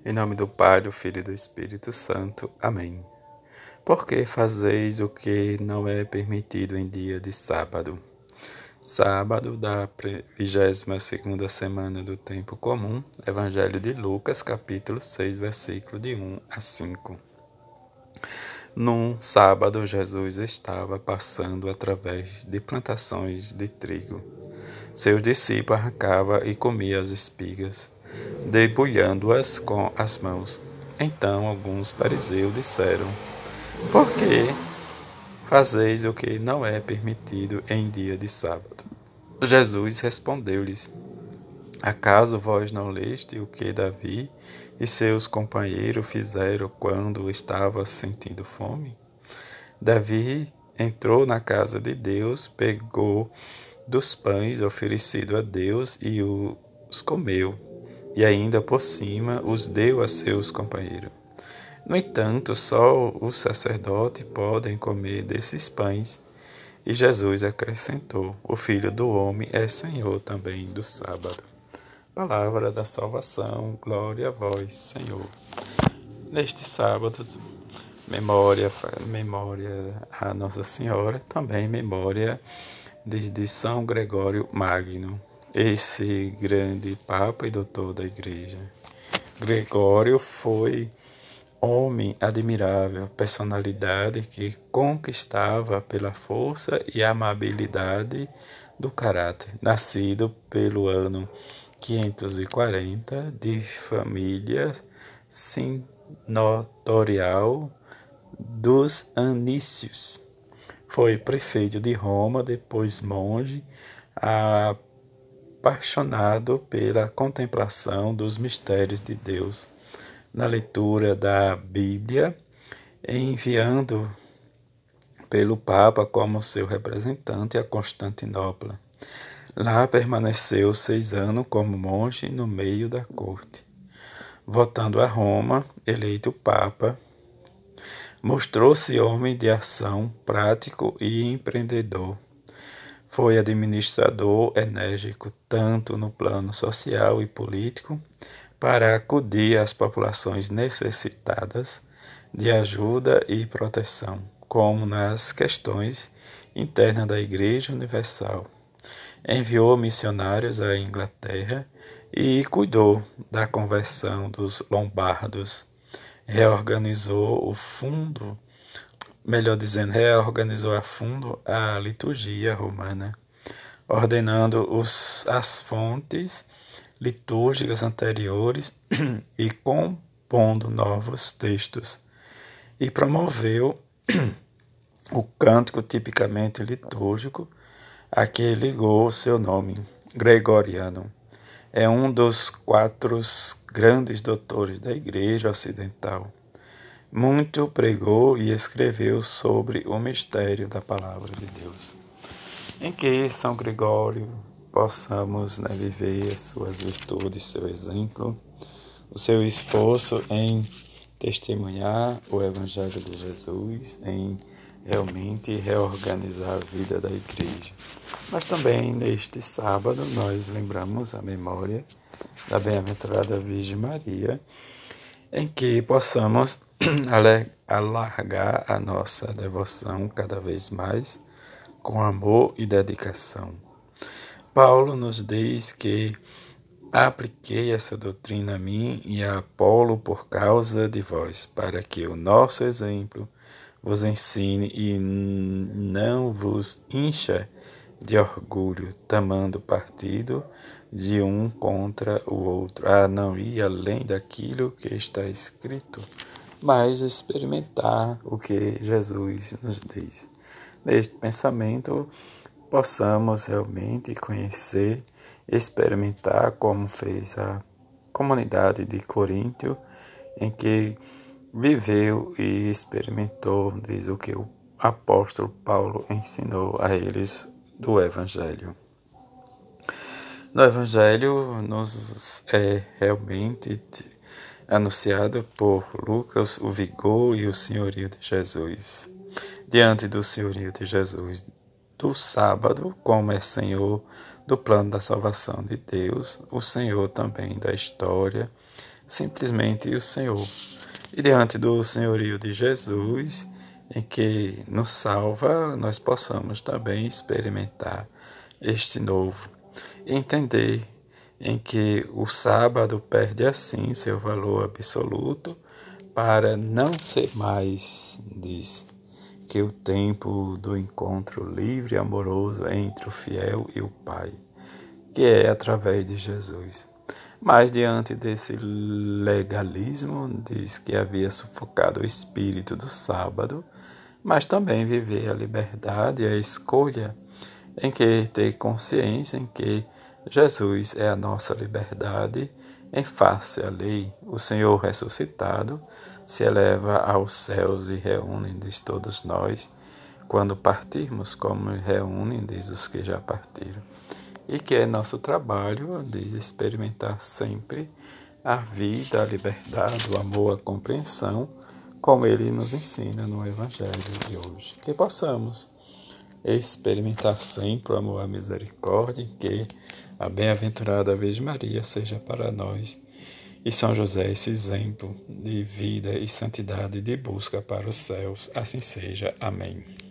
Em nome do Pai, do Filho e do Espírito Santo. Amém. Por que fazeis o que não é permitido em dia de sábado? Sábado da 22ª semana do tempo comum, Evangelho de Lucas, capítulo 6, versículo de 1 a 5. Num sábado, Jesus estava passando através de plantações de trigo. Seus discípulos arrancavam e comiam as espigas, debulhando-as com as mãos. Então alguns fariseus disseram: Por que fazeis o que não é permitido em dia de sábado? Jesus respondeu-lhes: Acaso vós não leste o que Davi e seus companheiros fizeram quando estava sentindo fome? Davi entrou na casa de Deus, pegou dos pães oferecidos a Deus e os comeu, e ainda por cima os deu a seus companheiros. No entanto, só os sacerdotes podem comer desses pães. E Jesus acrescentou: O Filho do Homem é Senhor também do sábado. Palavra da salvação, glória a vós, Senhor. Neste sábado, memória a Nossa Senhora, também memória de São Gregório Magno, esse grande Papa e doutor da Igreja. Gregório foi homem admirável, personalidade que conquistava pela força e amabilidade do caráter. Nascido pelo ano 540, de família senatorial dos Anícios. Foi prefeito de Roma, depois monge, apaixonado pela contemplação dos mistérios de Deus, na leitura da Bíblia, enviando pelo Papa como seu representante a Constantinopla. Lá permaneceu 6 anos como monge no meio da corte. Voltando a Roma, eleito Papa, mostrou-se homem de ação, prático e empreendedor. Foi administrador enérgico tanto no plano social e político, para acudir às populações necessitadas de ajuda e proteção, como nas questões internas da Igreja Universal. Enviou missionários à Inglaterra e cuidou da conversão dos lombardos. Reorganizou a fundo a liturgia romana, ordenando as fontes litúrgicas anteriores e compondo novos textos, e promoveu o cântico tipicamente litúrgico a que ligou seu nome, gregoriano. É um dos 4 grandes doutores da Igreja Ocidental. Muito pregou e escreveu sobre o mistério da Palavra de Deus. Em que São Gregório possamos viver as suas virtudes, seu exemplo, o seu esforço em testemunhar o Evangelho de Jesus, em realmente reorganizar a vida da Igreja. Mas também neste sábado nós lembramos a memória da Bem-aventurada Virgem Maria, em que possamos alargar a nossa devoção cada vez mais com amor e dedicação. Paulo nos diz que apliquei essa doutrina a mim e a Apolo por causa de vós, para que o nosso exemplo vos ensine e não vos encha de orgulho, tomando partido de um contra o outro, a não ir além daquilo que está escrito, mas experimentar o que Jesus nos diz. Neste pensamento, possamos realmente conhecer, experimentar como fez a comunidade de Coríntio, em que viveu e experimentou, diz o que o apóstolo Paulo ensinou a eles do Evangelho. No Evangelho nos é realmente anunciado por Lucas o vigor e o senhorio de Jesus. Diante do senhorio de Jesus, do sábado, como é Senhor do plano da salvação de Deus, o Senhor também da história, simplesmente o Senhor. E diante do senhorio de Jesus, em que nos salva, nós possamos também experimentar este novo. Entender em que o sábado perde assim seu valor absoluto para não ser mais, diz, que o tempo do encontro livre e amoroso entre o fiel e o Pai, que é através de Jesus. Mas diante desse legalismo, diz que havia sufocado o espírito do sábado, mas também viver a liberdade e a escolha em que ter consciência em que Jesus é a nossa liberdade em face à lei. O Senhor ressuscitado se eleva aos céus e reúne-nos todos nós, quando partirmos, como reúne-nos os que já partiram. E que é nosso trabalho de experimentar sempre a vida, a liberdade, o amor, a compreensão, como Ele nos ensina no Evangelho de hoje. Que possamos experimentar sempre o amor, a misericórdia, que a bem-aventurada Virgem Maria seja para nós e São José esse exemplo de vida e santidade de busca para os céus. Assim seja. Amém.